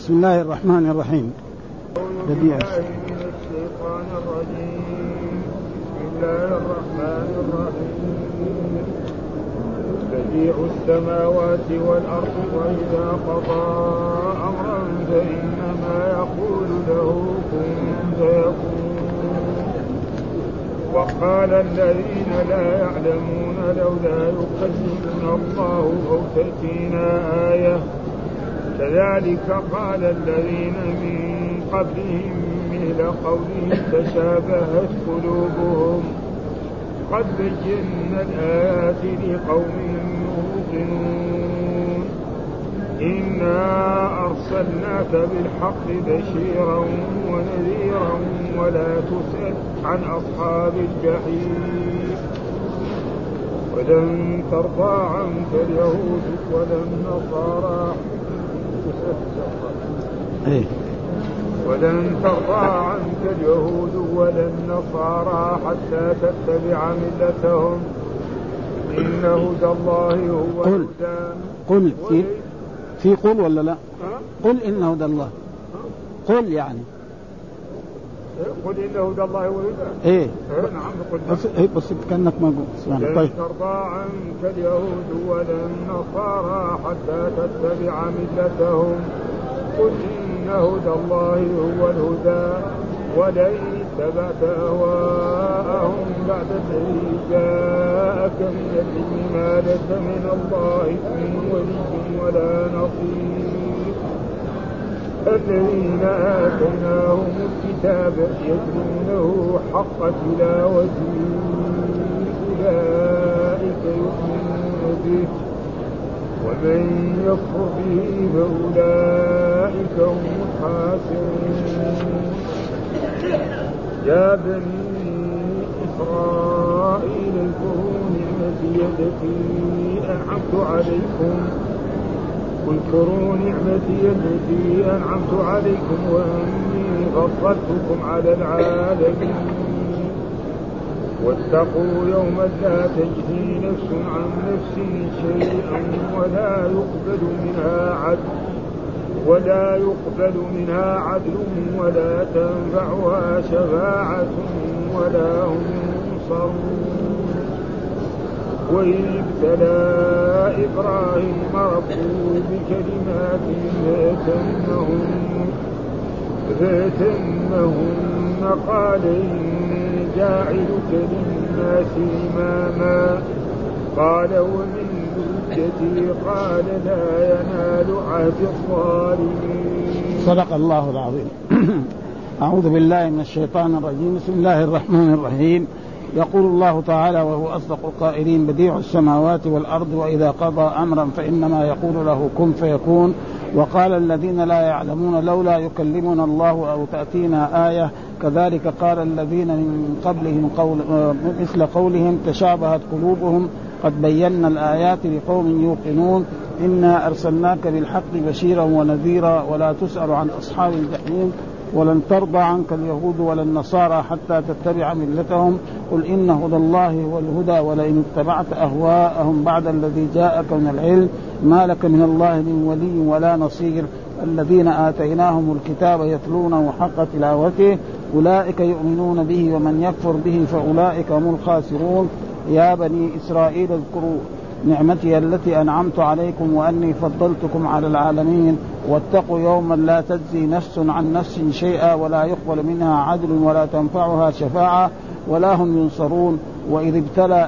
بسم الله الرحمن الرحيم. بديع من الشيطان الرجيم. بسم الله الرحمن الرحيم. بديع السماوات والأرض وإذا قضى أمرا فإنما يقول له كن فيكون. وقال الذين لا يعلمون لولا يكلمنا الله أو تأتينا آية كذلك قال الذين من قبلهم مثل قولهم تشابهت قلوبهم قد بينا الآيات لقوم يوقنون. إنا أرسلناك بالحق بشيرا ونذيرا ولا تسأل عن أصحاب الجحيم. ولن ترضى عنك اليهود ولا النصارى ولن ترضى عنك اليهود ولا النصارى حتى تتبع ملتهم. إن هدى الله هو الهدى. قل في قل ولا لا؟ قل إن هدى الله. قل يعني قل إن هدى الله هو الهدى. إيه نعم. بس كأنك ما قلت. لن ترضى عنك اليهود ولا النصارى حتى تتبع ملتهم. قل إن هدى الله هو الهدى ولئن اتبعت أهواءهم بعد الذي جاءك من العلم ما لك من الله من ولي ولا نصير. الذين آتيناهم الكتاب يتلونه حق تلاوته أولئك يؤمنون به ومن يكفر به فأولئك هم الخاسرون. يا بني إسرائيل اذكروا نعمتي التي أنعمت عليكم وأني فضلتكم على العالمين. واتقوا يوما لا تجزي نفس عن نفس شيئا ولا يقبل منها عدل ولا تنفعها شفاعة ولا هم ينصرون. وإذ ابتلى إبراهيم ربه بكلمات فأتمهن قال إني جاعلك للناس إماما قال ومن ذريتي قال لا ينال عهد الظالمين. صدق الله العظيم. أعوذ بالله من الشيطان الرجيم. بسم الله الرحمن الرحيم. يقول الله تعالى وهو أصدق القائلين بديع السماوات والأرض وإذا قضى أمرا فإنما يقول له كن فيكون. وقال الذين لا يعلمون لولا يكلمنا الله أو تأتينا آية كذلك قال الذين من قبلهم مثل قولهم تشابهت قلوبهم قد بينا الآيات لقوم يوقنون. إنا أرسلناك بالحق بشيرا ونذيرا ولا تسأل عن أصحاب الجحيم. ولن ترضى عنك اليهود ولا النصارى حتى تتبع ملتهم. قل إن هدى الله هو الهدى ولئن اتبعت أهواءهم بعد الذي جاءك من العلم ما لك من الله من ولي ولا نصير. الذين آتيناهم الكتاب يتلونه حق تلاوته أولئك يؤمنون به ومن يكفر به فأولئك هم الخاسرون. يا بني إسرائيل اذكروا نعمتي التي أنعمت عليكم وأني فضلتكم على العالمين. واتقوا يوما لا تجزي نفس عن نفس شيئا ولا يقبل منها عدل ولا تنفعها شفاعة ولا هم ينصرون. وإذ ابتلى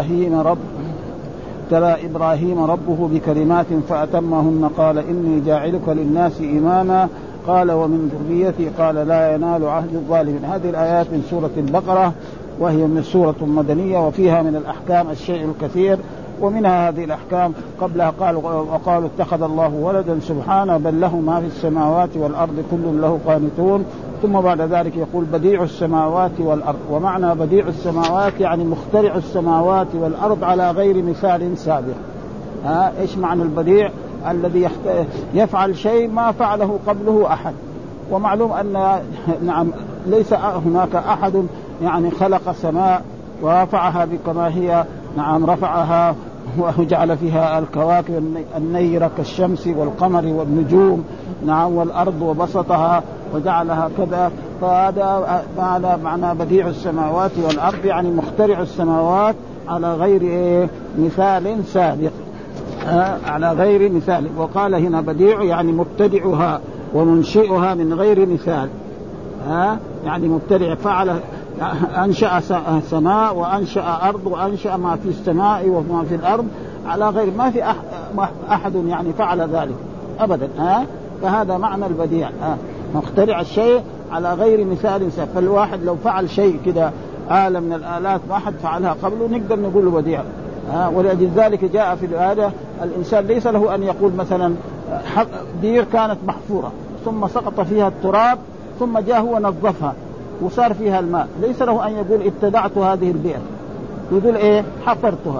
إبراهيم ربه بكلمات فأتمهن قال إني جاعلك للناس إماما قال ومن ذريتي قال لا ينال عهد الظالمين. هذه الآيات من سورة البقرة وهي من سورة مدنية وفيها من الأحكام الشيء الكثير. ومنها هذه الأحكام قبلها وقالوا اتخذ الله ولدا سبحانه بل له ما في السماوات والأرض كل له قانتون. ثم بعد ذلك يقول بديع السماوات والأرض. ومعنى بديع السماوات يعني مخترع السماوات والأرض على غير مثال سابق. إيش معنى البديع؟ الذي يفعل شيء ما فعله قبله أحد. ومعلوم أن نعم ليس هناك أحد يعني خلق سماء ورفعها بكما هي نعم رفعها وجعل فيها الكواكب النيرة كالشمس والقمر والنجوم نعم والأرض وبسطها وجعلها كذا. فهذا معنى بديع السماوات والأرض، يعني مخترع السماوات على غير مثال سابق، على غير مثال. وقال هنا بديع يعني مبتدعها ومنشئها من غير مثال، يعني مبتدع، فعل أنشأ سماء وأنشأ أرض وأنشأ ما في السماء وما في الأرض على غير ما في أحد يعني فعل ذلك أبدا. فهذا معنى البديع، مخترع الشيء على غير مثال سابق. فالواحد لو فعل شيء كده آلة من الآلات ما حد فعلها قبله نقدر نقول له بديع. ولأجل ذلك جاء في الآية الإنسان ليس له أن يقول مثلا بير كانت محفورة ثم سقط فيها التراب ثم جاء هو نظفها وصار فيها الماء، ليس له أن يقول ابتدعت هذه البئر، يقول إيه حفرتها.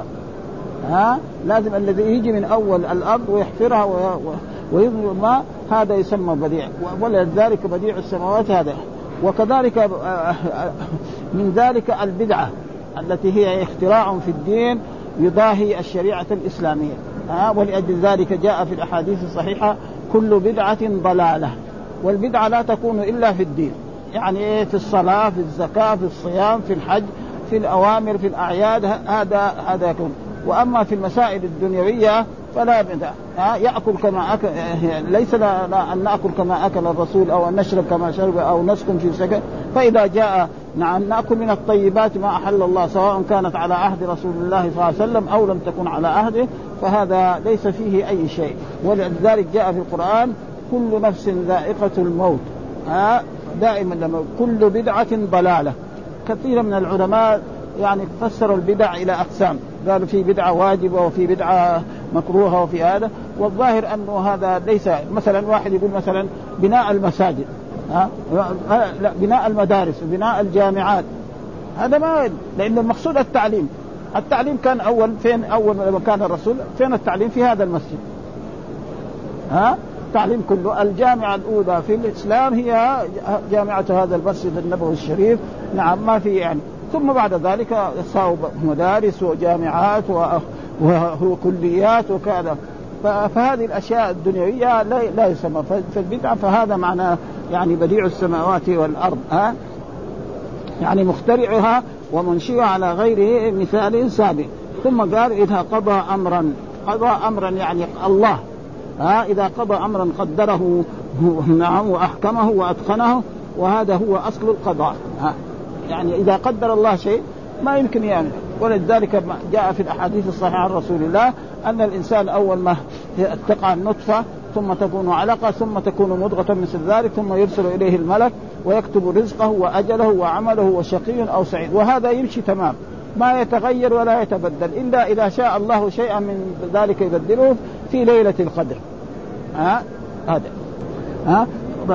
لازم الذي يجي من أول الأرض ويحفرها ويضمن الماء، هذا يسمى بديع. ولذلك بديع السماوات هذا. وكذلك من ذلك البدعة التي هي اختراع في الدين يضاهي الشريعة الإسلامية. ولأجل ذلك جاء في الأحاديث الصحيحة كل بدعة ضلالة. والبدعة لا تكون إلا في الدين، يعني في الصلاة، في الزكاة، في الصيام، في الحج، في الأوامر، في الأعياد، هذا يكون. وأما في المسائل الدنيوية فلا بدعة. يأكل كما أكل، ليس لا أن نأكل كما أكل الرسول أو أن نشرب كما شرب أو نسكن في سكن. فإذا جاء نأكل من الطيبات ما أحل الله سواء كانت على عهد رسول الله صلى الله عليه وسلم أو لم تكن على عهده، فهذا ليس فيه أي شيء. ولذلك جاء في القرآن كل نفس ذائقة الموت، دائما لما كل بدعة ضلالة. كثير من العلماء يعني فسروا البدع إلى أقسام، قالوا في بدعة واجبة وفي بدعة مكروهة وفي هذا. والظاهر أنه هذا ليس. مثلا واحد يقول مثلا بناء المساجد، لا بناء المدارس وبناء الجامعات، هذا ما، لأن المقصود التعليم. التعليم كان أول فين؟ أول لما كان الرسول فين التعليم؟ في هذا المسجد. التعليم كله. الجامعة الأولى في الإسلام هي جامعة هذا المسجد النبوي الشريف، نعم ما في يعني. ثم بعد ذلك صاروا مدارس وجامعات وكليات وكذا. فهذه الأشياء الدنيوية لا يسمى في البدعة. فهذا معنى يعني بديع السماوات والأرض، يعني مخترعها ومنشئها على غير مثال سابق. ثم قال إذا قضى أمرا يعني الله، إذا قضى أمرا قدره نعم وأحكمه وأتقنه، وهذا هو أصل القضاء. يعني إذا قدر الله شيء ما يمكن يعني. ولذلك جاء في الأحاديث الصحيحة عن رسول الله أن الإنسان أول ما تقع النطفة ثم تكون علقة ثم تكون مضغة مثل ذلك ثم يرسل إليه الملك ويكتب رزقه وأجله وعمله وشقي أو سعيد. وهذا يمشي تمام، ما يتغير ولا يتبدل إلا إذا شاء الله شيئا من ذلك يبدله في ليلة القدر. هذا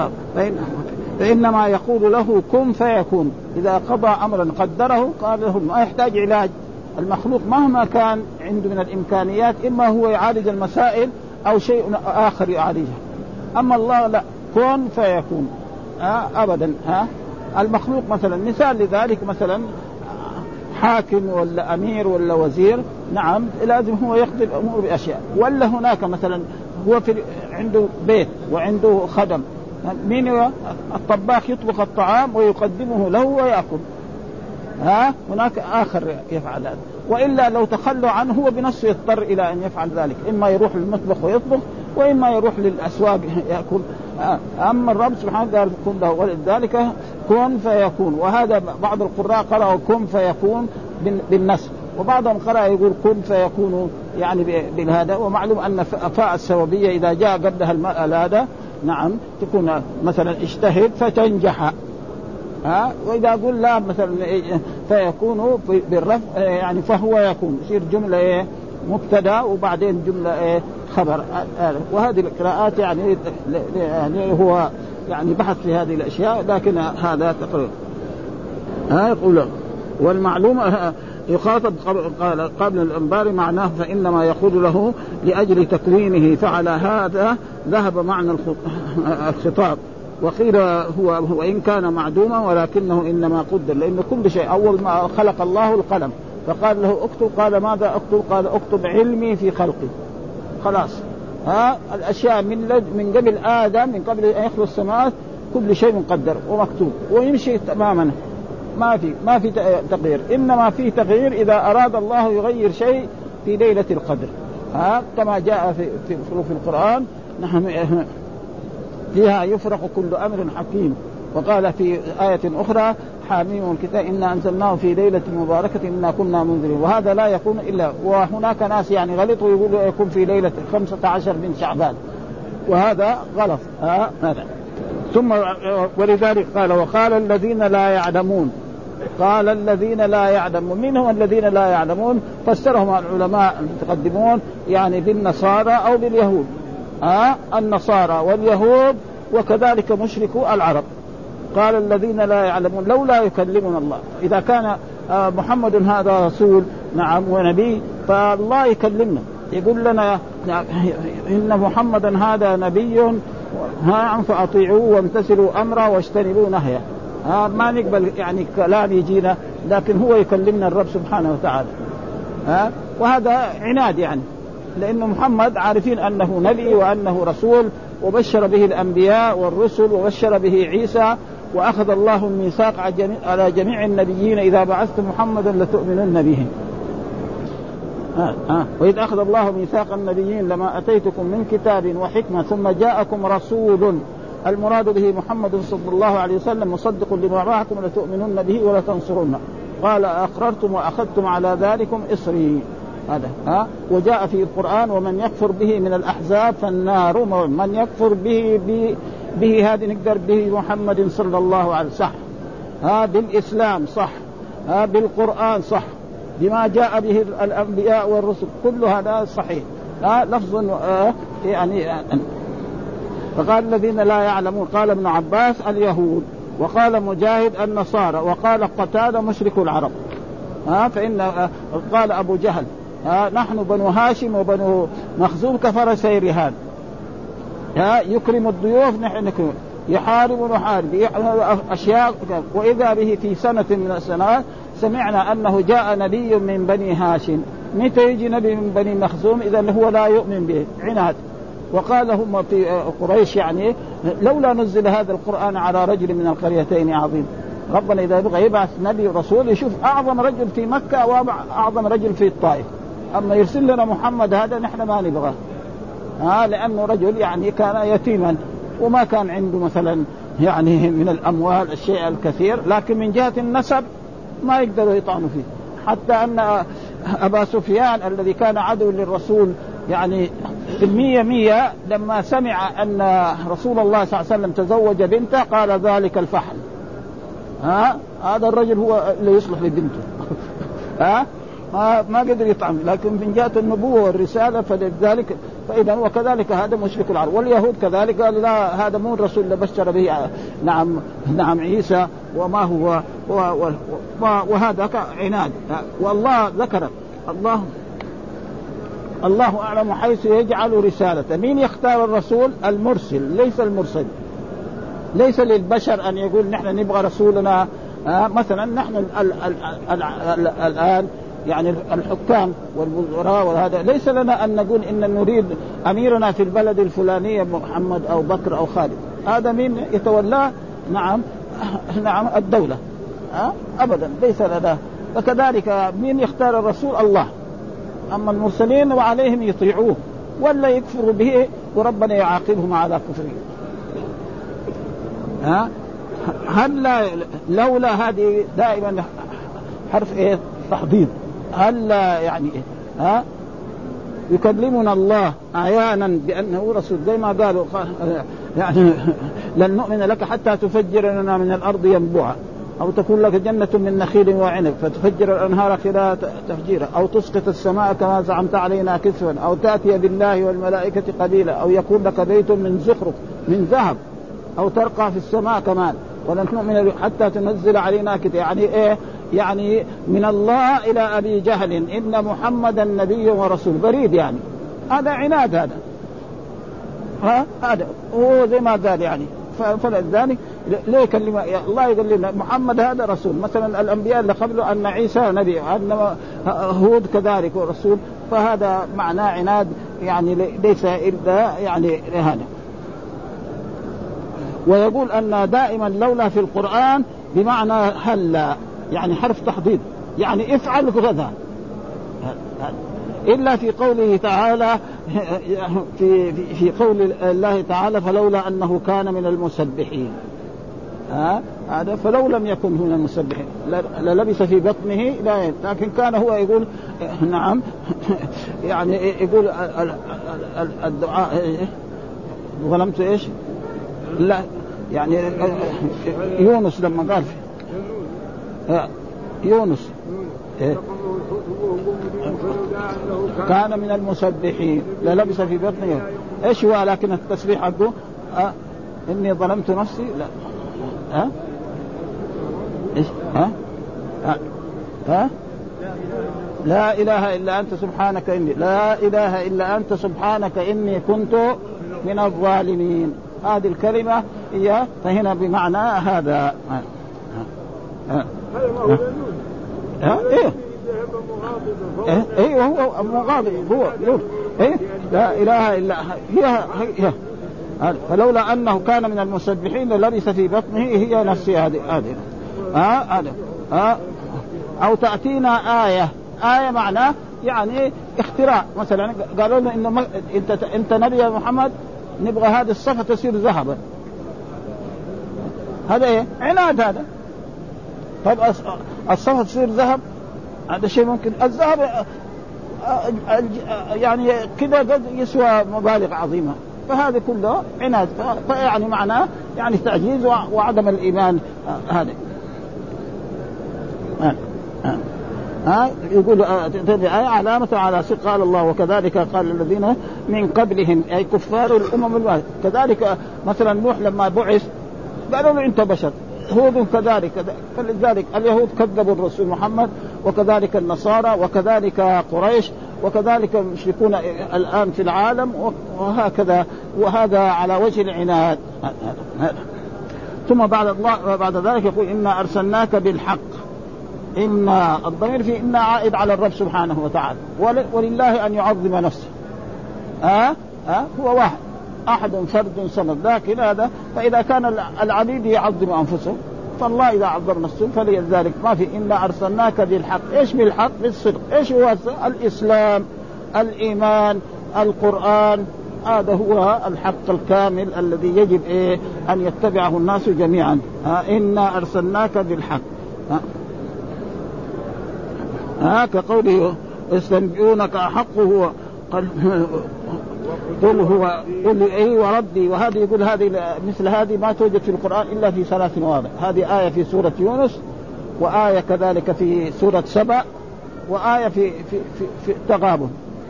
فإنما يقول له كن فيكون. إذا قضى أمرا قدره قال له، ما يحتاج علاج. المخلوق مهما كان عنده من الإمكانيات إما هو يعالج المسائل أو شيء آخر يعالجها، أما الله لا، كن فيكون أبدا. المخلوق مثلا مثال لذلك مثلا حاكم ولا أمير ولا وزير، نعم لازم هو يقضي الأمور بأشياء. ولا هناك مثلا هو عنده بيت وعنده خدم، مين هو؟ الطباخ يطبخ الطعام ويقدمه له ويأكل. هناك آخر يفعل هذا. وإلا لو تخلوا عنه هو بنفسه يضطر إلى أن يفعل ذلك، إما يروح للمطبخ ويطبخ وإما يروح للأسواق يأكل. أما الرب سبحانه قال كن له، ولذلك كن فيكون. وهذا بعض القراء قرأوا كن فيكون بالنسب، وبعضهم قرأ يقول كن فيكون يعني بالهذا. ومعلوم أن فاء السببية إذا جاء قبلها هذا نعم تكون مثلا اجتهد فتنجح. وإذا قل لا مثلا فيكون بالرفع يعني فهو يكون، يصير جملة مبتدا وبعدين جملة خبر. وهذه القراءات يعني هو يعني بحث في هذه الأشياء، لكن هذا تقريبا يقول. والمعلومة يخاطب قبل الأنبار معناه فإنما يقول له لأجل تكوينه، فعلى هذا ذهب معنى الخطاب. وقيل هو وإن كان معدوما ولكنه إنما قدر، لأن كل شيء أول ما خلق الله القلم فقال له اكتب، قال ماذا اكتب؟ قال اكتب علمي في خلقي. خلاص الأشياء من قبل آدم، من قبل أن يخلق السماوات، كل شيء مقدر ومكتوب ويمشي تماما، ما في تغيير. إنما في تغيير إذا أراد الله يغير شيء في ليلة القدر، كما جاء في القرآن نحن فيها يفرق كل أمر حكيم. وقال في آية أخرى حاميم الكتاب إنا أنزلناه في ليلة مباركة إنا كنا منذرين. وهذا لا يكون إلا، وهناك ناس يعني غلطوا يقولوا يكون في ليلة 15 من شعبان، وهذا غلط. هذا ثم ولذلك قال وقال الذين لا يعلمون، قال الذين لا يعلمون. من هم الذين لا يعلمون؟ فسرهم العلماء المتقدمون يعني بالنصارى أو باليهود، النصارى واليهود وكذلك مشركو العرب. قال الذين لا يعلمون لولا يكلمنا الله. إذا كان محمد هذا رسول نعم ونبي، فالله يكلمنا يقول لنا إن محمدا هذا نبي فأطيعوه وامتثلوا أمره واجتنبوا نهيه. ما نقبل يعني كلام يجينا، لكن هو يكلمنا الرب سبحانه وتعالى. وهذا عناد يعني، لأن محمد عارفين أنه نبي وأنه رسول، وبشر به الأنبياء والرسل وبشر به عيسى، وأخذ الله الميثاق على جميع النبيين إذا بعثت محمدا لتؤمنن به. وإذ أخذ الله ميثاق النبيين لما أتيتكم من كتاب وحكمة ثم جاءكم رسول، المراد به محمد صلى الله عليه وسلم مصدق لما معكم لتؤمنن به ولتنصرنه. قال أقررتم وأخذتم على ذلكم إصري. هذا وجاء في القرآن ومن يكفر به من الأحزاب فالنار. من يكفر به هذه نقدر به محمد صلى الله عليه وسلم صح، بالإسلام صح، بالقرآن صح، بما جاء به الأنبياء والرسل، كل هذا صحيح لفظ يعني. فقال الذين لا يعلمون، قال ابن عباس اليهود، وقال مجاهد النصارى، وقال قتادة مشرك العرب. فإن قال أبو جهل نحن بنو هاشم وبنو مخزوم كفرسي رهان، يكرم الضيوف نحن نكرم، يحارب نحارب أشياء. وإذا به في سنة من السنوات سمعنا أنه جاء نبي من بني هاشم. متى يجي نبي من بني مخزوم؟ إذن هو لا يؤمن به، عناد. وقال هم في قريش يعني لولا نزل هذا القرآن على رجل من القريتين عظيم. ربنا إذا بغى يبعث نبي ورسول يشوف أعظم رجل في مكة وأعظم رجل في الطائف، أما يرسل لنا محمد هذا نحن ما نبغاه. لأنه رجل يعني كان يتيما وما كان عنده مثلا يعني من الأموال الشيء الكثير، لكن من جهة النسب ما يقدروا يطعنوا فيه. حتى أن أبا سفيان الذي كان عدو للرسول يعني بالمية لما سمع أن رسول الله صلى الله عليه وسلم تزوج بنته قال ذلك الفحل. هذا الرجل هو اللي يصلح لبنته. ما قدر يطعم، لكن من جهة النبوة والرسالة فلذلك فإذا وكذلك هذا مشرك العرب. واليهود كذلك قال لا هذا مو الرسول اللي بشر به نعم عيسى وما هو وهذا عناد. والله ذكر الله أعلم حيث يجعل رسالته. مين يختار الرسول؟ المرسل ليس المرسل. ليس للبشر أن يقول نحن نبغى رسولنا. مثلا نحن الآن يعني الحكام والوزراء وهذا ليس لنا أن نقول إن نريد أميرنا في البلد الفلانية محمد أو بكر أو خالد. هذا مين يتولى؟ نعم الدولة. أبدا ليس لنا. فكذلك مين يختار الرسول؟ الله. أما المرسلين وعليهم يطيعوه ولا يكفروا به وربنا يعاقبهم على كفرهم. هل لولا هذه دائما حرف ايه تحضيض. هل يعني يكلمنا الله احيانا بانه رسول زي ما قالوا يعني لن نؤمن لك حتى تفجر لنا من الارض ينبوعا او تكون لك جنة من نخيل وعنب فتفجر الانهار خلالها تفجيرا او تسقط السماء كما زعمت علينا كسفا او تاتي بالله والملائكة قبيلا او يكون لك بيت من زخرف من ذهب او ترقى في السماء كمان ولن نؤمن حتى تنزل علينا كتاب. يعني ايه؟ يعني من الله الى ابي جهل ان محمدا نبي ورسول بريد. يعني هذا عناد. هذا هو زي ما قال يعني. فلذلك ليه كلمة الله يقول لنا محمد هذا رسول. مثلا الأنبياء اللي قبله أن عيسى نبي أن هود كذلك ورسول. فهذا معناه عناد يعني ليس إلا يعني هذا. ويقول أن دائما لولا في القرآن بمعنى هلا، يعني حرف تحضيض، يعني افعل كذا، إلا في قوله تعالى في قول الله تعالى فلولا أنه كان من المسبحين، هذا فلو لم يكن من المسبحين للبث في بطنه لا، لكن كان هو يقول نعم يعني يقول الدعاء ظلمت ايش لا يعني يونس لما قال يونس كان من المسبحين للبث في بطنه ايش هو، لكن التسبيح حقه اني ظلمت نفسي لا ايش لا اله الا انت سبحانك اني لا اله الا انت سبحانك اني كنت من الظالمين. هذه الكلمه هي فهنا بمعنى هذا ايه هو مغاضب هو ايه لا اله الا هي فلولا أنه كان من المسبحين للبث في بطنه هي نفسها هذه أو تأتينا آية معناه يعني اختراع، مثلا قالوا لنا إنه أنت نبي يا محمد نبغى هذه الصفة تصير ذهبا، هذا إيه عناد هذا. طيب الصفة تصير ذهب هذا شيء ممكن، الذهب يعني كده قد يسوى مبالغ عظيمة، فهذا كله عناد، فيعني معناه يعني تعجيز وعدم الإيمان. هذا يقول علامة على صدق قال الله وكذلك قال الذين من قبلهم أي كفار الأمم الماضية. كذلك مثلا نوح لما بعث قالوا له أنت بشر، هود كذلك، فلذلك اليهود كذبوا الرسول محمد، وكذلك النصارى، وكذلك قريش، وكذلك المشركون الآن في العالم، وهكذا، وهذا على وجه العناد. ثم بعد ذلك يقول إنا أرسلناك بالحق. إن الضمير في إن عائد على الرب سبحانه وتعالى، ولله أن يعظم نفسه. هو واحد أحد فرد صمد، لكن هذا فإذا كان العبيد يعظم أنفسهم فالله إذا عظم نفسه فلذلك ما في إنا أرسلناك بالحق. إيش بالحق؟ بالصدق. إيش هو الإسلام، الإيمان، القرآن، هذا هو الحق الكامل الذي يجب أن يتبعه الناس جميعا. إنا أرسلناك بالحق. كقوله يستنبئونك أحق هو قل هو قل إيه وربي. وهذه يقول هذه مثل هذه ما توجد في القرآن إلا في 3 مواضع. هذه آية في سورة يونس، وآية كذلك في سورة سبأ، وآية في التغابن.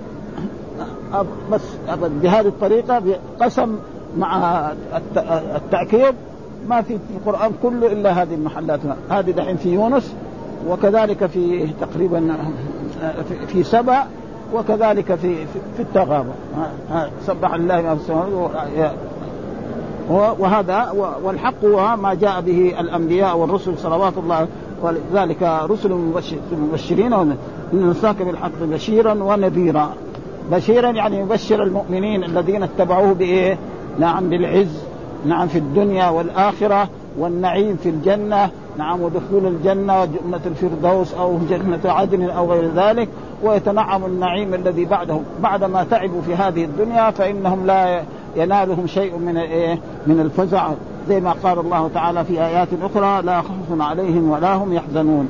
بس بهذه الطريقة قسم مع التأكيد ما في القرآن كله إلا هذه المحلات. هذه دحين في يونس، وكذلك في تقريبا في سبأ، وكذلك في التغابن. سبح الله ما في السماوات. وهذا والحق هو ما جاء به الأنبياء والرسل صلوات الله، ولذلك رسل مبشرين ونساك بالحق بشيرا ونذيرا. بشيرا يعني يبشر المؤمنين الذين اتبعوه بإيه؟ نعم بالعز، نعم في الدنيا والآخرة، والنعيم في الجنة، نعم ودخول الجنة جنة الفردوس أو جنة عدن أو غير ذلك، ويتنعم النعيم الذي بعدهم بعد ما تعبوا في هذه الدنيا، فإنهم لا ينالهم شيء من الفزع، زي ما قال الله تعالى في آيات أخرى لا خوف عليهم ولا هم يحزنون.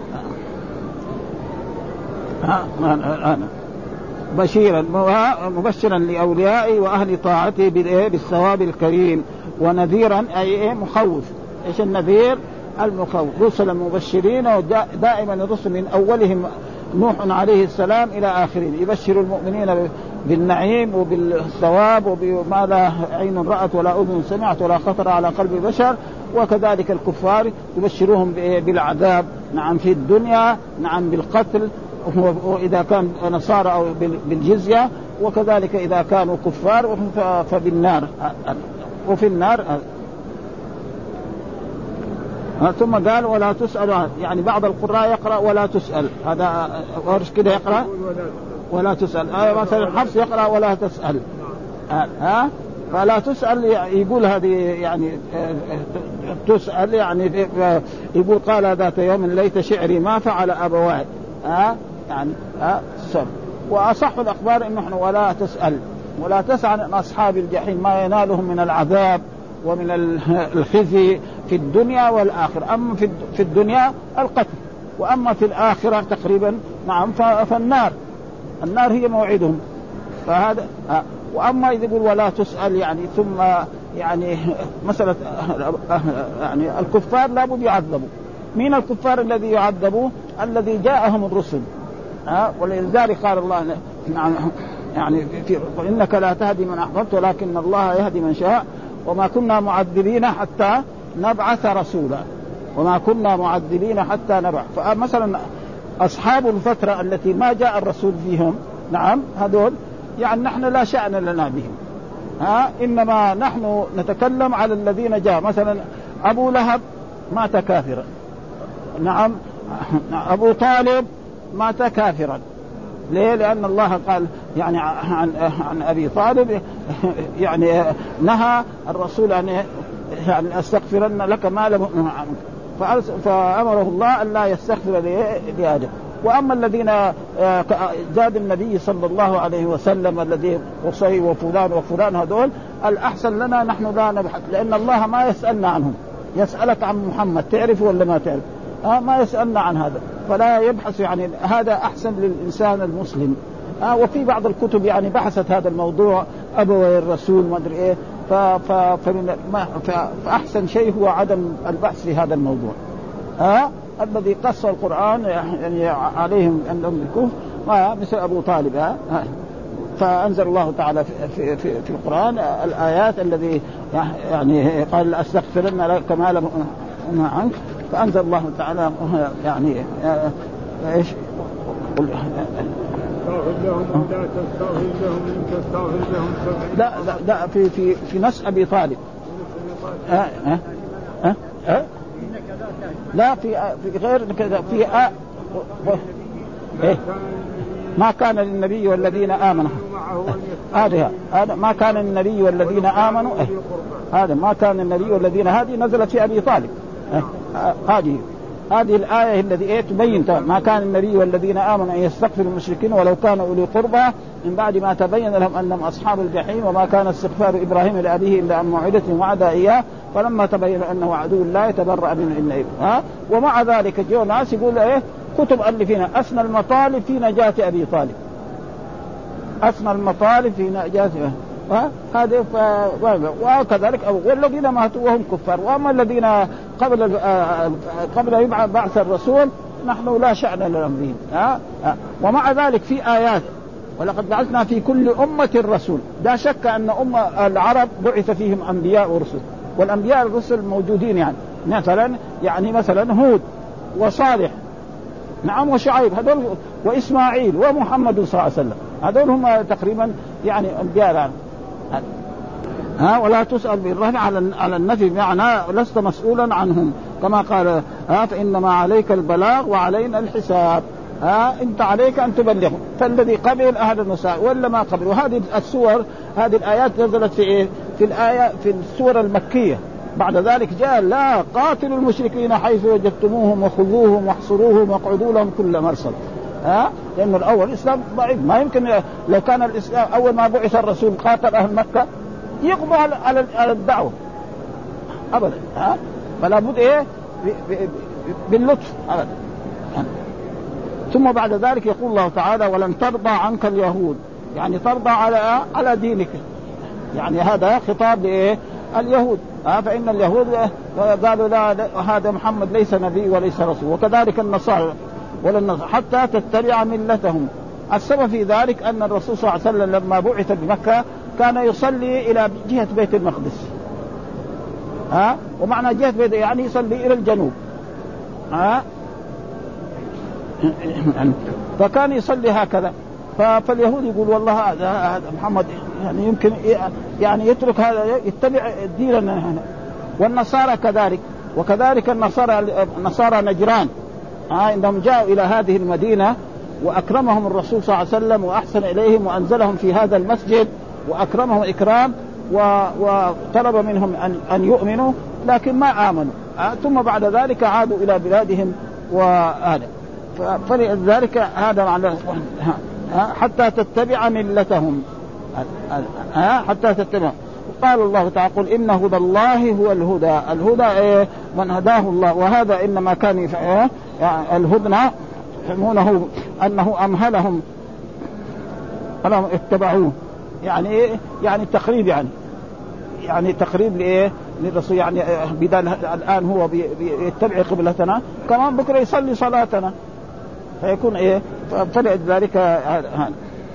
بشيرا مبشرا لأوليائه وأهل طاعته بالثواب الكريم، ونذيرا أي مخوف. إيش النذير؟ المخوف. رسلا مبشرين، ودائما الرسل من أولهم نوح عليه السلام إلى آخرين يبشر المؤمنين بالنعيم وبالثواب وبما لا عين رأت ولا أذن سمعت ولا خطر على قلب بشر. وكذلك الكفار يبشروهم بالعذاب، نعم في الدنيا، نعم بالقتل وإذا كان نصارى أو بالجزية، وكذلك إذا كانوا كفار فبالنار وفي النار. ثم قال ولا تسأل، يعني بعض القراء يقرأ ولا تسأل، هذا ورش كده يقرأ ولا تسأل. مثلا حفص يقرأ ولا تسأل. فلا تسأل يقول هذه يعني تسأل يعني يقول قال ذات يوم ليت شعري ما فعل أبواي. يعني سب. وأصح الأخبار إنه إحنا ولا تسأل ولا تسأل عن أصحاب الجحيم ما ينالهم من العذاب ومن الخزي في الدنيا والآخرة. أما في الدنيا القتل، وأما في الآخرة تقريبا نعم فالنار هي موعدهم. فهذا وأما إذا يقول ولا تسأل يعني ثم يعني مسألة يعني الكفار لابد يعذبوا. مين الكفار الذي يعذبوا؟ الذي جاءهم الرسل. ولذلك قال الله يعني إنك لا تهدي من أحببت ولكن الله يهدي من شاء وما كنا معذبين حتى نبعث رسولا وما كنا معذبين حتى نبعث. فمثلا أصحاب الفترة التي ما جاء الرسول فيهم نعم هذول يعني نحن لا شأن لنا بهم. إنما نحن نتكلم على الذين جاء. مثلا أبو لهب مات كافرا، نعم أبو طالب مات كافرا. ليه؟ لأن الله قال يعني عن أبي طالب يعني نهى الرسول أن يعني أستغفرن لك ما لم عنك، فأمره الله أن لا يستغفر لآدم. وأما الذين جاد النبي صلى الله عليه وسلم الذي قصي وفلان وفلان هذول الأحسن لنا نحن لا نبحث، لأن الله ما يسألنا عنهم. يسألك عن محمد تعرف ولا ما تعرف؟ ما يسألنا عن هذا، فلا يبحث. يعني هذا أحسن للإنسان المسلم. وفي بعض الكتب يعني بحثت هذا الموضوع أبوي الرسول ما أدري إيه، فأحسن شيء هو عدم البحث في هذا الموضوع. الذي قص القرآن يعني عليهم أنهم الكفر مثل أبو طالب. فأنزل الله تعالى في القرآن الآيات الذي يعني قال أستغفرن لك ما لم عنك، فأنزل الله تعالى يعني إيش قل تستغفر لهم لا تستغفر لهم إن تستغفر لهم 70. لا في نص أبي طالب. لا في غير كذا في ما كان للنبي والذين آمنوا. هذا ما كان للنبي والذين آمنوا. هذا ما كان للنبي والذين هذه نزلت في أبي طالب. هذه الآية التي تبين ما كان النبي والذين آمنوا أن يستغفروا المشركين ولو كانوا أولي قربى من بعد ما تبين لهم أنهم أصحاب الجحيم وما كان استغفار إبراهيم لأبيه إلا عن موعدة وعدها إياه فلما تبين أنه عدو الله تبرأ منه. ومع ذلك جو ناس يقول كتب ألفين أثنى المطالب في نجاة أبي طالب، أثنى المطالب في نجاة هذا. وكذلك والذين ماتوا وهم كفار. وأما الذين قبل يبعث بعث الرسول نحن لا شأن لنا بهم. ومع ذلك في آيات ولقد بعثنا في كل أمة رسول. لا شك أن العرب بعث فيهم أنبياء ورسل، والأنبياء والرسل موجودين يعني مثلا هود وصالح نعم وشعيب هذول وإسماعيل ومحمد صلى الله عليه وسلم هذول هم تقريبا يعني أنبياء. ولا تسأل بالرهن على النفي بمعنى لست مسؤولا عنهم كما قال فإنما عليك البلاغ وعلينا الحساب. انت عليك ان تبلغه. فالذي قبل اهل النساء ولا ما قبل. وهذه السور هذه الايات نزلت في في السور المكيه. بعد ذلك جاء لا قاتلوا المشركين حيث وجدتموهم وخذوهم واحصروهم واقعدوا لهم كل مرصد. لأن الأول الإسلام ضعيف، ما يمكن لو كان الإسلام أول ما بعث الرسول قاتل أهل مكة يقضوا على الدعوة أبدا. فلا بد باللطف أبدا. ثم بعد ذلك يقول الله تعالى ولن ترضى عنك اليهود، يعني ترضى على دينك. يعني هذا خطاب اليهود. فإن اليهود قالوا لا هذا محمد ليس نبي وليس رسول. وكذلك النصارى حتى تتبع ملتهم. السبب في ذلك أن الرسول صلى الله عليه وسلم لما بعث بمكة كان يصلي إلى جهة بيت المقدس. ومعنى جهة بيت يعني يصلي إلى الجنوب. فكان يصلي هكذا. فاليهود يقول والله هذا محمد يعني يمكن يعني يترك هذا يتبع ديننا هنا. والنصارى كذلك. وكذلك النصارى نجران عندما جاءوا إلى هذه المدينة وأكرمهم الرسول صلى الله عليه وسلم وأحسن إليهم وأنزلهم في هذا المسجد وأكرمهم إكرام وطلب منهم أن يؤمنوا لكن ما آمنوا، ثم بعد ذلك عادوا إلى بلادهم وهذا. فلذلك هذا معنى حتى تتبع ملتهم، حتى تتبع. قال الله تعالى قل إن هدى الله هو الهدى. الهدى من هداه الله، وهذا إنما كان الهدنة يفهمونه أنه أمهلهم فلهم اتبعوه، يعني تقريب، يعني تقريب لإيه للرسول، يعني بدل الآن هو يتبع قبلتنا كمان بكرة يصلي صلاتنا فيكون فلذلك هذا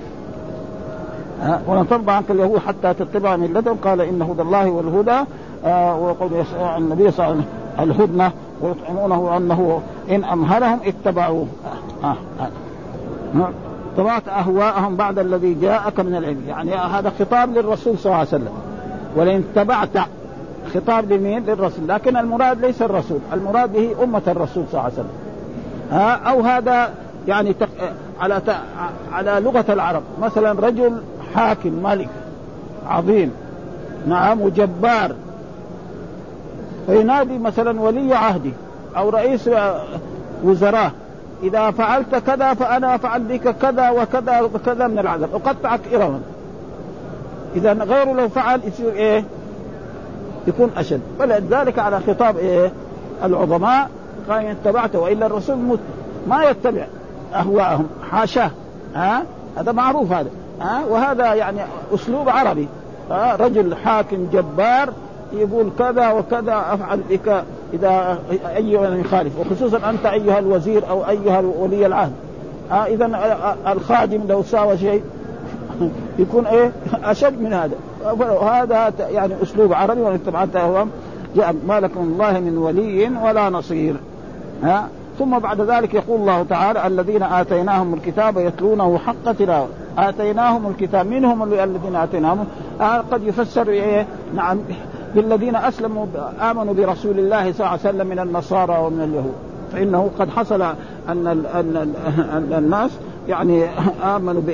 ولن ترضى عنك اليهود حتى تتبع ملتهم. قال إن هدى الله والهدى، وقال النبي صلى الله عليه وسلم الهدنة ويطعمونه أنه إن أمهلهم اتبعوه. طبعت أهواءهم بعد الذي جاءك من العلم، يعني هذا خطاب للرسول صلى الله عليه وسلم، ولئن اتبعت خطاب لمين؟ للرسول، لكن المراد ليس الرسول، المراد به أمة الرسول صلى الله عليه وسلم. أو هذا يعني على لغة العرب، مثلا رجل حاكم ملك عظيم نعم وجبار، فينادي مثلا ولي عهدي أو رئيس وزراء إذا فعلت كذا فأنا أفعل بك كذا وكذا وكذا من العذاب أقطعك إرما. إذا غيره لو فعل يصير يكون أشد. فلذلك على خطاب العظماء قال اتبعته، وإلا الرسول ما يتبع أهواءهم حاشاه. هذا معروف هذا. وهذا يعني أسلوب عربي. رجل حاكم جبار يقول كذا وكذا أفعل بك إذا أيها يخالف، وخصوصا أنت أيها الوزير أو أيها ولي العهد. إذا الخادم لو ساوى شيء يكون أشد من هذا. وهذا يعني أسلوب عربي. واتبعته جاء ما لكم الله من ولي ولا نصير. ثم بعد ذلك يقول الله تعالى الذين آتيناهم الكتاب يتلونه حق تلاوته. آتيناهم الكتاب، منهم الذين آتيناهم قد يفسر نعم بالذين أسلموا آمنوا برسول الله صلى الله عليه وسلم من النصارى ومن اليهود، فإنه قد حصل أن الناس يعني آمنوا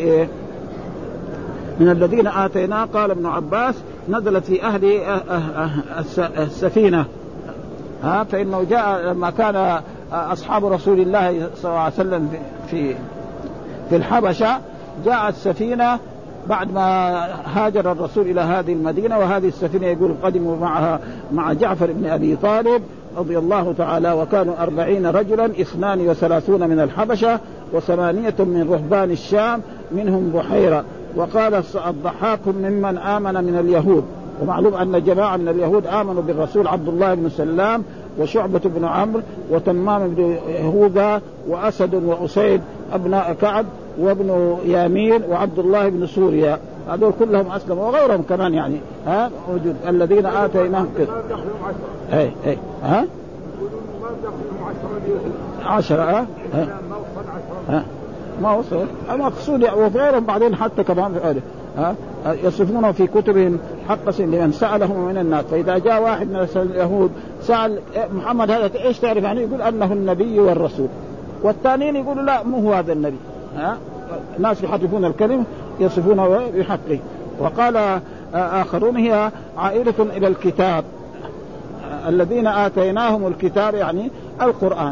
من الذين آتيناه. قال ابن عباس نزلت في أهل السفينة، فإنه جاء لما كان أصحاب رسول الله صلى الله عليه وسلم في الحبشة، جاءت السفينة بعد ما هاجر الرسول إلى هذه المدينة، وهذه السفينة يقول قدموا معها مع جعفر بن أبي طالب رضي الله تعالى، وكانوا 40 رجلا 32 من الحبشة و8 من رهبان الشام منهم بحيرة. وقال الضحاك ممن آمن من اليهود، ومعلوم أن جماعة من اليهود آمنوا بالرسول، عبد الله بن سلام وشعبة بن عمرو وتمام بن يهوذا وأسد وأسيد أبناء كعب وابن يامين وعبد الله بن سوريا، هذول كلهم أسلموا وغيرهم كمان يعني موجود الذين آتيناهم كده. عشرة ما وصل المقصود وغيرهم بعدين حتى كمان يصفونه في كتبهم حق لمن سألهم من الناس. فإذا جاء واحد من اليهود سأل محمد هذا إيش تعرف يعني؟ يقول أنه النبي والرسول، والثانيين يقولوا لا مو هو هذا النبي. الناس يحرفون الكلمة يصفونه بحقه. وقال آخرون هي عائلة إلى الكتاب، الذين آتيناهم الكتاب يعني القرآن.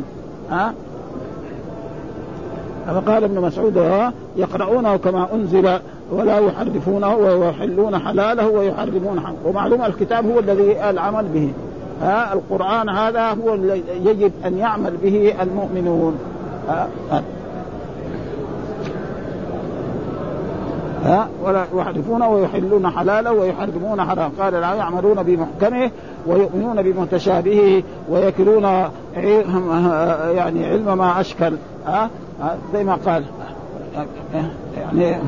فقال ابن مسعود يقرؤونه كما أنزل ولا يحرفونه ويحلون حلاله ويحرمون حلاله. ومعلوم الكتاب هو الذي العمل به، القرآن هذا هو الذي يجب أن يعمل به المؤمنون. ولا يحرفونه ويحلون حلاله ويحرمون حرام. قال لا يعملون بمحكمه ويؤمنون بمتشابهه ويكلون يعني علم ما أشكل. زي ما قال يعني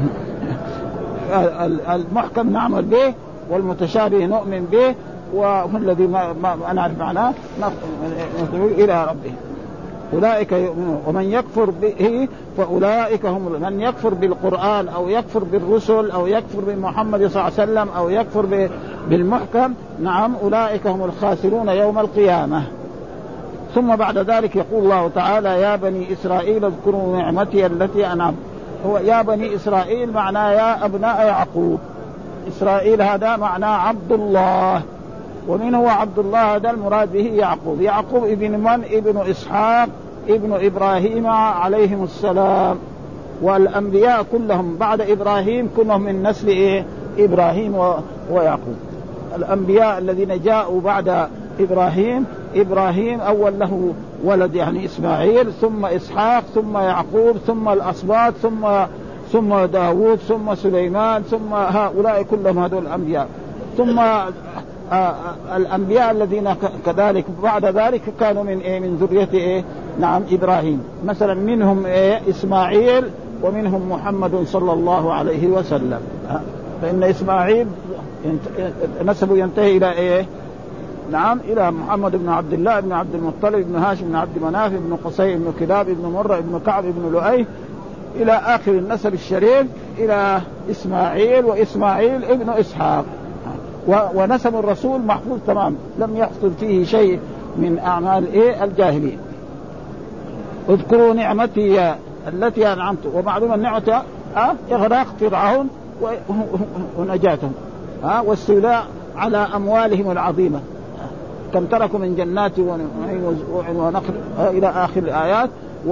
المحكم نعمل به والمتشابه نؤمن به والذي ما نعرف معناه نتبعه إلى ربه. أولئك يؤمنون ومن يكفر به فأولئك هم من يكفر بالقرآن أو يكفر بالرسل أو يكفر بمحمد صلى الله عليه وسلم أو يكفر بالمحكم، نعم أولئك هم الخاسرون يوم القيامة. ثم بعد ذلك يقول الله تعالى يا بني إسرائيل اذكروا نعمتي التي أنعمت. هو يا بني إسرائيل معناه يا أبناء يعقوب. إسرائيل هذا معناه عبد الله، ومن هو عبد الله هذا المراد به يعقوب. يعقوب ابن من؟ ابن إسحاق ابن إبراهيم عليهم السلام. والأنبياء كلهم بعد إبراهيم كلهم من نسل إبراهيم ويعقوب. الأنبياء الذين جاءوا بعد إبراهيم أول له ولد يعني إسماعيل، ثم إسحاق، ثم يعقوب، ثم الأسباط، ثم داود، ثم سليمان، ثم هؤلاء كلهم هذول الأنبياء. ثم الأنبياء الذين كذلك بعد ذلك كانوا من ذرية نعم إبراهيم. مثلا منهم إسماعيل، ومنهم محمد صلى الله عليه وسلم. فإن إسماعيل نسبه ينتهي إلى نعم إلى محمد بن عبد الله بن عبد المطلب بن هاشم بن عبد مناف بن قصي بن كلاب بن مرة بن كعب بن لؤي إلى آخر النسب الشريف إلى إسماعيل، وإسماعيل ابن إسحاق. ونسب الرسول محفوظ تمام، لم يحصل فيه شيء من أعمال الجاهلية. اذكروا نعمتي التي أنعمت. ومعلوم النعمة إغراق فرعون ونجاتهم، واستيلاء على أموالهم العظيمة، كم تركوا من جنات ونخل إلى آخر الآيات.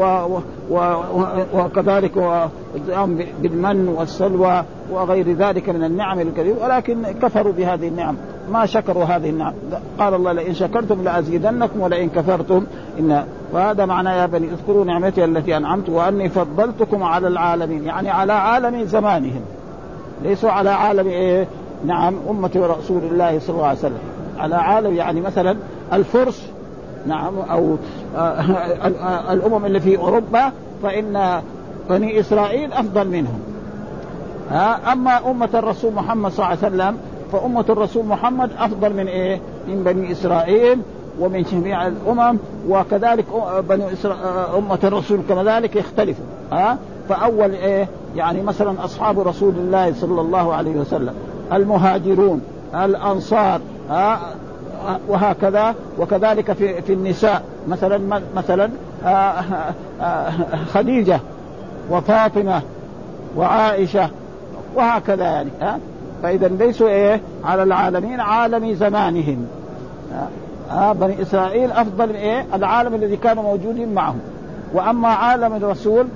وكذلك بالمن والسلوى وغير ذلك من النعم الكثيرة، ولكن كفروا بهذه النعم، ما شكروا هذه النعم. قال الله لئن شكرتم لأزيدنكم ولئن كفرتم وهذا معنى يا بني اذكروا نعمتي التي أنعمت وأني فضلتكم على العالمين، يعني على عالم زمانهم، ليسوا على عالم نعم أمة رسول الله صلى الله عليه وسلم، على عالم يعني مثلا الفرس نعم أو الأمم اللي في أوروبا، فإن بني إسرائيل أفضل منهم. أما أمة الرسول محمد صلى الله عليه وسلم فأمة الرسول محمد أفضل من من بني إسرائيل ومن جميع الأمم. وكذلك أمة الرسول كذلك يختلفوا. فأول يعني مثلا أصحاب رسول الله صلى الله عليه وسلم المهاجرون الأنصار وهكذا. وكذلك في النساء مثلا خديجة وفاطمة وعائشة وهكذا يعني. فإذا ليسوا على العالمين، عالم زمانهم. بني إسرائيل أفضل من العالم الذي كانوا موجودين معهم. وأما عالم الرسول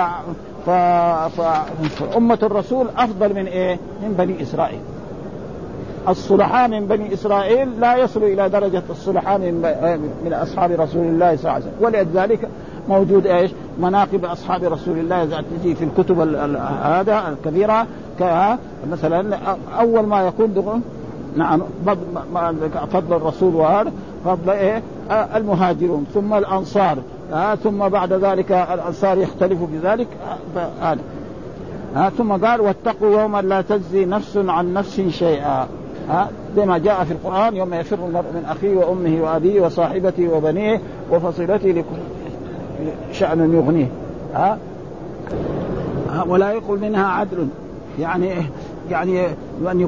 فأمة الرسول أفضل من بني إسرائيل. الصلحاء من بني إسرائيل لا يصلوا إلى درجة الصلحاء من أصحاب رسول الله صلى الله عليه وسلم. ولذلك موجود مناقب أصحاب رسول الله تجي في الكتب هذا الكبيرة. مثلا أول ما يكون نعم فضل الرسول وهذا فضل المهاجرون، ثم الأنصار، ثم بعد ذلك الأنصار يختلفوا بذلك. ثم قال واتقوا يوما لا تجزي نفس عن نفس شيئا، زي ما جاء في القرآن يوم يفر المرء من أخيه وأمه وأبيه وصاحبته وبنيه وفصيلته لكل شأن يغنيه. ولا يقول منها عدل، يعني أن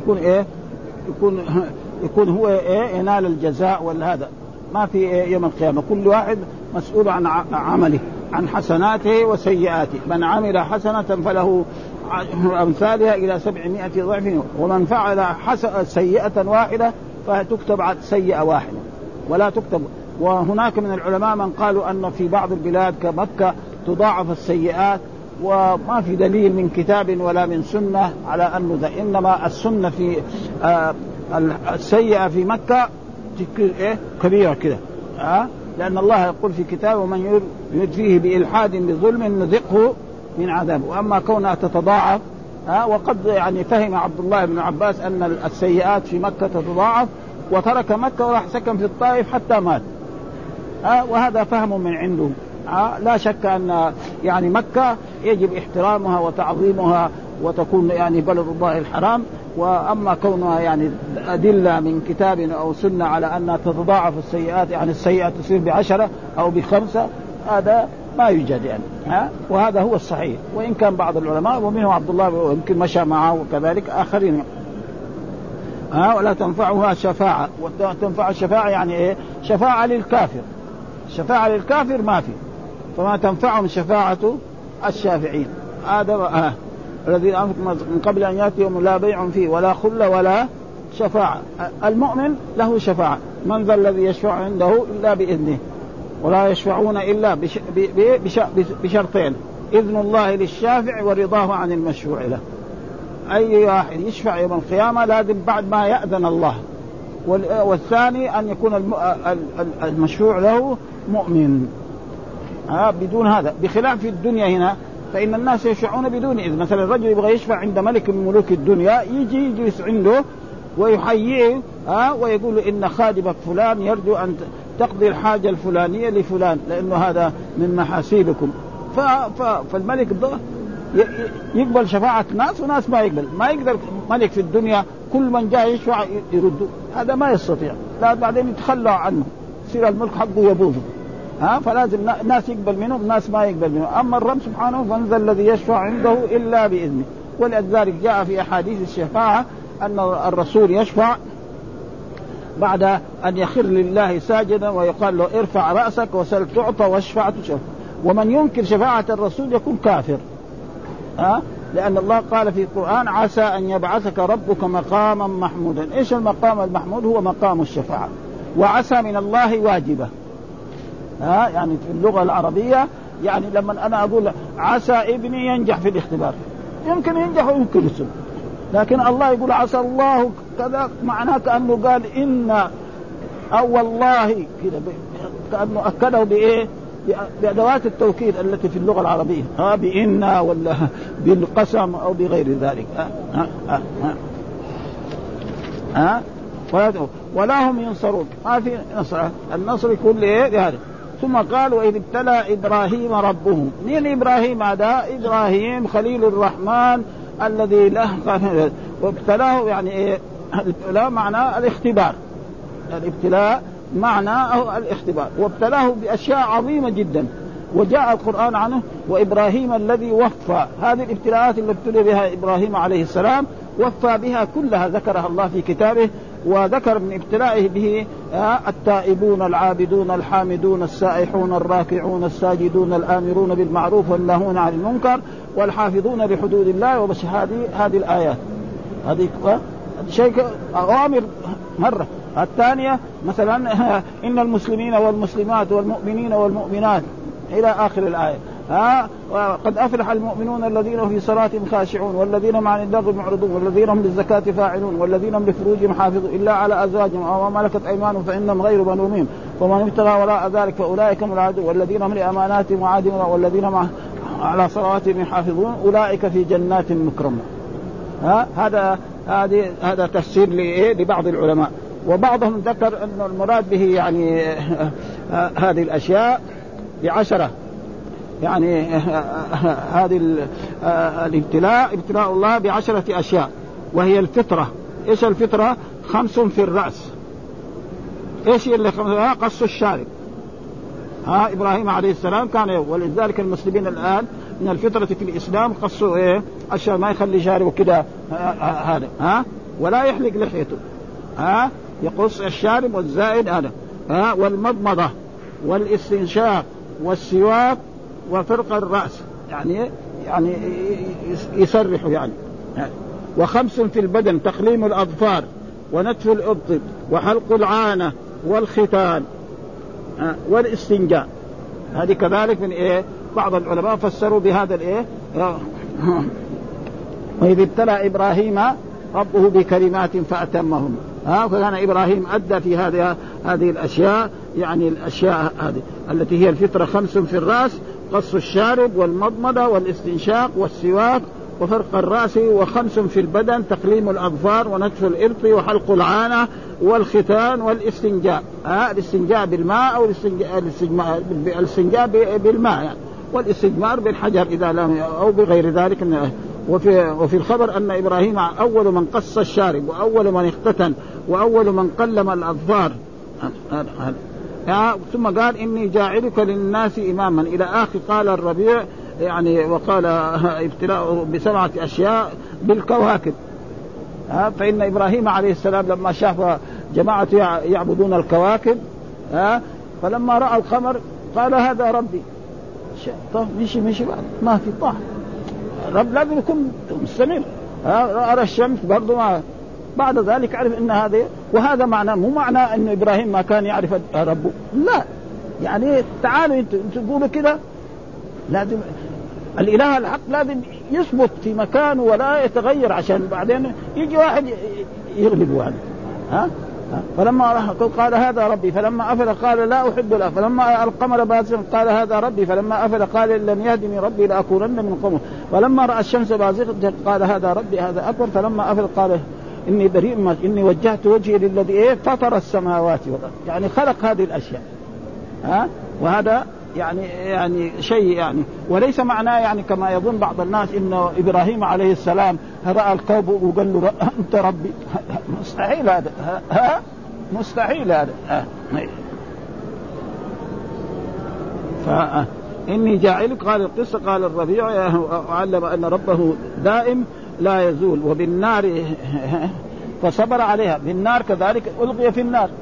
يكون هو ينال الجزاء والهذا. ما في يوم القيامة كل واحد مسؤول عن عمله، عن حسناته وسيئاته. من عمل حسنة فله أمثالها إلى 700 ضعف، ومن فعل سيئة واحدة فتكتب سيئة واحدة ولا تكتب. وهناك من العلماء من قالوا أن في بعض البلاد كمكة تضاعف السيئات، وما في دليل من كتاب ولا من سنة على أنه ذا. إنما السنة في السيئة في مكة كبيرة كده، لأن الله يقول في كتابه ومن يرد فيه بإلحاد بظلم نذقه من عذاب. وأما كونها تتضاعف وقد يعني فهم عبد الله بن عباس أن السيئات في مكة تتضاعف، وترك مكة وراح سكن في الطائف حتى مات. وهذا فهم من عنده. لا شك أن يعني مكة يجب احترامها وتعظيمها وتكون يعني بلد الله الحرام. وأما كونها يعني أدلة من كتاب أو سنة على أنها تتضاعف السيئات، يعني السيئة تصير ب10 أو ب5، هذا ما يوجد يعني. وهذا هو الصحيح. وإن كان بعض العلماء ومنه عبد الله يمكن مشى معه وكذلك آخرين ولا تنفعها شفاعة. وتنفع الشفاعة يعني شفاعة للكافر، شفاعة للكافر ما في، فما تنفعهم شفاعة الشافعين. هذا الذي من قبل أن يأتي يوم لا بيع فيه ولا خلة ولا شفاعة. المؤمن له شفاعة، من ذا الذي يشفع عنده إلا بإذنه ولا يشفعون إلا بشرطين: إذن الله للشافع ورضاه عن المشفوع له. أي واحد يشفع يوم القيامة لازم بعد ما يأذن الله، والثاني أن يكون المشفوع له مؤمن. بدون هذا، بخلاف في الدنيا هنا فإن الناس يشفعون بدون إذن. مثلا الرجل يبغى يشفع عند ملك من ملوك الدنيا، يجي يجلس عنده ويحييه ويقول إن خادمك فلان يرجو أن تقضي الحاجة الفلانية لفلان لأنه هذا من محاسيبكم. فالملك يقبل شفاعة ناس وناس ما يقبل. ما يقدر ملك في الدنيا كل من جاء يشفع يرده، هذا ما يستطيع، لا بعدين يتخلى عنه، يصير الملك حقه يبوظ. فلازم ناس يقبل منهم ناس ما يقبل منهم. أما الرب سبحانه من ذا الذي يشفع عنده إلا بإذنه. ولذلك جاء في أحاديث الشفاعة أن الرسول يشفع بعد أن يخر لله ساجدا ويقال له ارفع رأسك وسل تعطى واشفع تشفع. ومن ينكر شفاعة الرسول يكون كافر، لأن الله قال في القرآن عسى أن يبعثك ربك مقاما محمودا. إيش المقام المحمود؟ هو مقام الشفاعة. وعسى من الله واجبة، يعني في اللغة العربية يعني لما أنا أقول عسى ابني ينجح في الاختبار، يمكن ينجح ويمكن يسلم، لكن الله يقول عسى الله كذا، معناه كأنه قال إن أو والله كذا، كأنه أكده بإيه؟ بأدوات التوكيد التي في اللغة العربية، بإن ولا بالقسم أو بغير ذلك. ولا هم ينصرون، ما في نصر، النصر يكون لهذا. ثم قال وإذ ابتلى إبراهيم ربه. مين إبراهيم هذا؟ إبراهيم خليل الرحمن الذي له وابتلاه، يعني إيه الابتلاء؟ معناه الاختبار، الابتلاء معناه الاختبار، وابتلاه بأشياء عظيمة جدا وجاء القرآن عنه. وإبراهيم الذي وفى، هذه الابتلاءات اللي ابتلى بها إبراهيم عليه السلام وفى بها كلها، ذكرها الله في كتابه. وذكر من ابتلائه به التائبون العابدون الحامدون السائحون الراكعون الساجدون الآمرون بالمعروف والناهون عن المنكر والحافظون لحدود الله. وبس هذه الآيات، هذه شيء أوامر مرة. الثانية مثلا إن المسلمين والمسلمات والمؤمنين والمؤمنات إلى آخر الآية. وقد أفلح المؤمنون الذين هم في صلاتهم خاشعون والذين هم عن اللغو معرضون والذين هم للزكاة فاعلون والذين هم لفروجهم حافظون إلا على أزواجهم أو ما ملكت أيمانهم فإنهم غير ملومين ومن ابتغى وراء ذلك فأولئك هم العادون والذين هم لأماناتهم وعهدهم والذين هم على صلواتهم يحافظون أولئك في جنات مكرمون. هذا تفسير لبعض العلماء، وبعضهم ذكر أن المراد به يعني هذه الأشياء ب10، يعني هذه الابتلاء ابتلاء الله ب10 أشياء، وهي الفطرة. إيش الفطرة؟ 5 في الرأس. إيش اللي 5؟ قص الشارب. إبراهيم عليه السلام كان، ولذلك المسلمين الآن من الفطرة في الإسلام قصوا الشارب، ما يخلي شاربه كده هذا ولا يحلق لحيته، يقص الشارب والزائد هذا، والمضمضة والاستنشاق والسواك وفرق الرأس، يعني يسرح يعني. و5 في البدن: تقليم الأظفار ونتف الإبط وحلق العانة والختان والاستنجاء. هذه كذلك من بعض العلماء فسروا بهذا وإذ ابتلى إبراهيم ربه بكلمات فأتمهم. فكان إبراهيم أدى في هذه الأشياء، يعني الأشياء هذه التي هي الفطرة: 5 في الرأس، قص الشارب والمضمضة والاستنشاق والسواك وفرق الرأس، و5 في البدن: تقليم الأظفار ونتف الإبط وحلق العانة والختان والاستنجاء. الاستنجاء بالماء أو الاستنجاء بالماء يعني، والاستجمار بالحجر إذا لم أو بغير ذلك. وفي الخبر أن إبراهيم أول من قص الشارب وأول من اختتن وأول من قلم الأظفار. ثم قال إني جاعلك للناس إماما إلى آخر. قال الربيع يعني، وقال ابتلاء ب7 أشياء بالكواكب. فإن إبراهيم عليه السلام لما شاف جماعة يعبدون الكواكب فلما رأى القمر قال هذا ربي. طب مشي بعد ما في طاعة رب لازم يكون مستمر. رأى الشمس برضو بعد ذلك عرف ان هذا، وهذا معناه مو معناه ان ابراهيم ما كان يعرف ربه، لا يعني تعالوا انتوا تقولوا كده، لازم الاله الحق لازم يثبت في مكانه ولا يتغير عشان بعدين يجي واحد يغلبه عنه. فلما قال هذا ربي فلما أفل قال لا أحب له، فلما القمر بازغا قال هذا ربي فلما أفل قال إن لم يهدني ربي لأكونن من قومه، فلما رأى الشمس بازغة قال هذا ربي هذا أكبر، فلما أفل قال إني بريء إني وجهت وجهي للذي فطر السماوات والأرض، يعني خلق هذه الأشياء. وهذا يعني شيء يعني وليس معناه يعني كما يظن بعض الناس إنه إبراهيم عليه السلام رأى الكوكب وقال له أنت ربي. مستحيل هذا، مستحيل هذا. فإني جاعلك، قال القصة قال الربيع وعلم أن ربه دائم لا يزول، وبالنار فصبر عليها، بالنار كذلك ألقي في النار.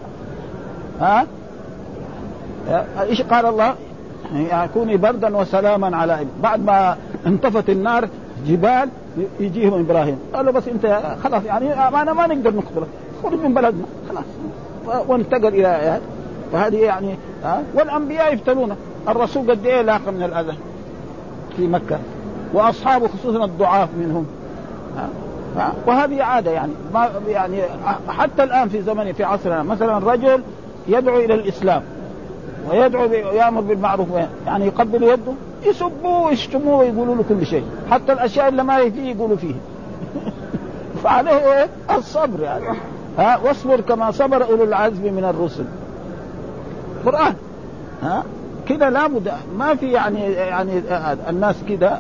إيش قال الله؟ يكوني بردا وسلاما على بعد ما انطفت النار جبال يجيهم إبراهيم قالوا بس انت خلاص يعني أنا ما نقدر نقتلك، خرج من بلدنا خلاص، وانتقل إلى فهذه يعني والأنبياء يفتنون. الرسول قد إيه لاقى من الأذى في مكة، وأصحابه خصوصا الضعاف منهم. وهذه عادة يعني ما يعني حتى الآن في زمن في عصرنا مثلا رجل يدعو إلى الإسلام ويدعو يأمر بالمعروف يعني يقبل يده يسبوه ويشتموه ويقولوا له كل شيء، حتى الأشياء اللي ما يفيه يقولوا فيه. فعليه الصبر يعني واصبر كما صبر أولو العزم من الرسل. قرآن كده لابد ما في يعني الناس كده.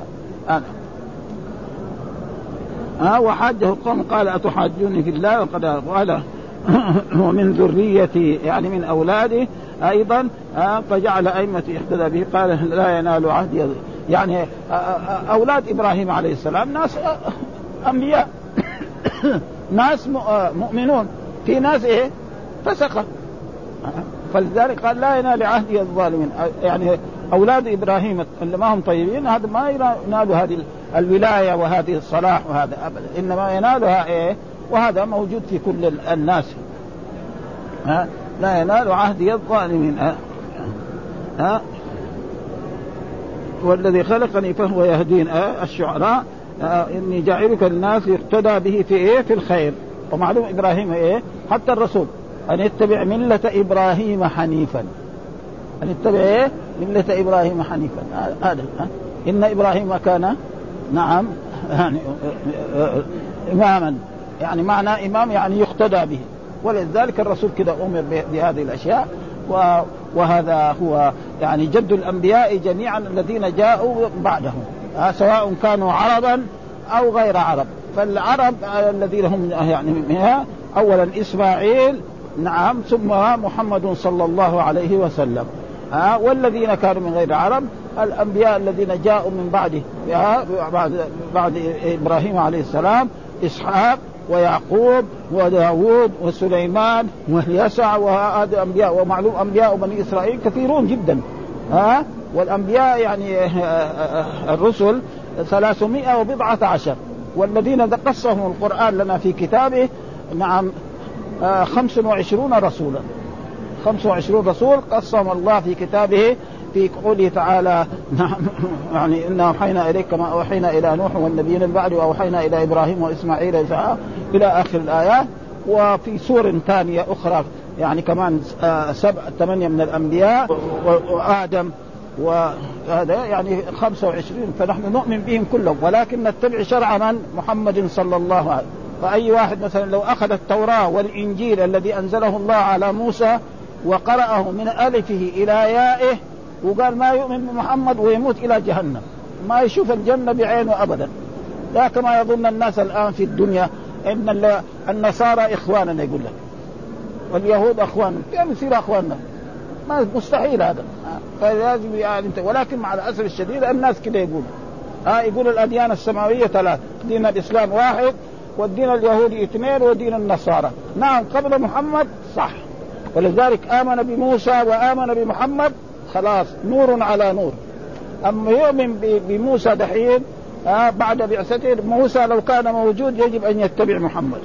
وحاجه القوم قال أتحاجوني في الله وقد قال ومن ذريتي يعني من أولاده أيضا فجعل أئمة اهتدى به قال لا ينال عهدي. يعني أولاد إبراهيم عليه السلام ناس أنبياء ناس مؤمنون، في ناس فسقة، فلذلك قال لا ينال عهدي الظالمين. يعني أولاد إبراهيم اللي ما هم طيبين هذا ما ينالوا هذه الولاية وهذه الصلاح وهذا أبدا، إنما ينالها وهذا موجود في كل الناس. لا ينال عهدي الظالمين. والذي خلقني فهو يهدين. الشعراء إني جاعلك الناس يقتدى به في الخير. ومعلوم إبراهيم حتى الرسول أن يتبع ملة إبراهيم حنيفا، أن يتبع ملة إبراهيم حنيفا. هذا إن إبراهيم كان نعم يعني إماما، يعني معنى إمام يعني يقتدى به، ولذلك الرسول كده أمر بهذه الأشياء. وهذا هو يعني جد الأنبياء جميعا الذين جاءوا بعدهم سواء كانوا عربا أو غير عرب. فالعرب الذين هم يعني أولا إسماعيل نعم ثم محمد صلى الله عليه وسلم. والذين كانوا من غير عرب الأنبياء الذين جاءوا من بعده بعد إبراهيم عليه السلام إسحاق ويعقوب وداود وسليمان واليسع، وهذا أنبياء. ومعلوم أنبياء بني إسرائيل كثيرون جدا. والأنبياء يعني الرسل 310، والذين قصهم القرآن لنا في كتابه نعم 25 رسولا، 25 رسول قصهم الله في كتابه في قوله تعالى نعم يعني إنا أوحينا إليك كما أوحينا إلى نوح والنبيين من بعده وأوحينا إلى إبراهيم وإسماعيل إلى آخر الآيات. وفي سور ثانية أخرى يعني كمان 8 من الأنبياء وآدم وهذا يعني 25، فنحن نؤمن بهم كلهم ولكن نتبع شرع من محمد صلى الله عليه وسلم. فأي واحد مثلا لو أخذ التوراة والإنجيل الذي أنزله الله على موسى وقرأه من ألفه إلى يائه وقال ما يؤمن بمحمد ويموت إلى جهنم، ما يشوف الجنة بعينه أبدا. لا كما يظن الناس الآن في الدنيا إن النصارى إخواننا يقول لك واليهود أخواننا، كيف يصير أخواننا؟ ما مستحيل هذا. فلازم يعني ولكن مع الأسف الشديد الناس كده يقول الأديان السماوية 3، دين الإسلام 1 والدين اليهودي 2 ودين النصارى. نعم قبل محمد صح ولذلك آمن بموسى وآمن بمحمد خلاص نور على نور. أما يؤمن بموسى دحين بعد بعثته، موسى لو كان موجود يجب أن يتبع محمد.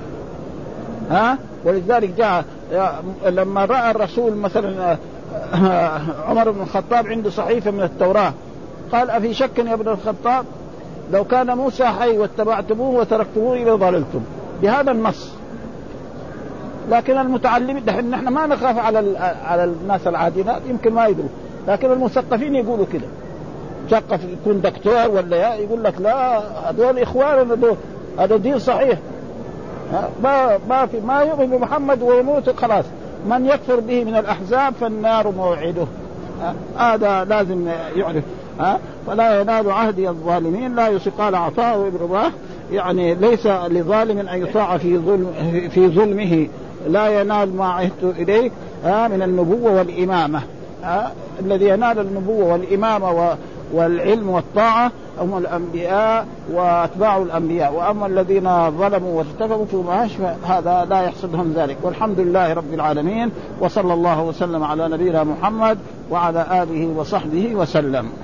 ولذلك جاء لما رأى الرسول مثلا عمر بن الخطاب عنده صحيفة من التوراة قال أفي شك يا ابن الخطاب لو كان موسى حي واتبعتموه وتركتموه إلى ضللتم، بهذا النص. لكن المتعلمين دحين نحن ما نخاف على الناس العاديين يمكن ما يدروا، لكن المثقفين يقولوا كده، مثقف يكون دكتور ولا يقول لك لا هذول إخواننا دول، هذا دين صحيح. ما يؤمن بمحمد ويموت خلاص، من يكفر به من الأحزاب فالنار موعده. هذا لازم يعرف. فلا ينال عهدي الظالمين لا يسقال عطاء برضاه، يعني ليس لظالم أن يطاع في ظلمه، لا ينال ما عهدت إليك من النبوة والإمامة. الذي ينال النبوة والإمامة والعلم والطاعة هم الأنبياء وأتباع الأنبياء، وأما الذين ظلموا وارتكبوا هذا لا يحصل لهم ذلك. والحمد لله رب العالمين، وصلى الله وسلم على نبينا محمد وعلى آله وصحبه وسلم.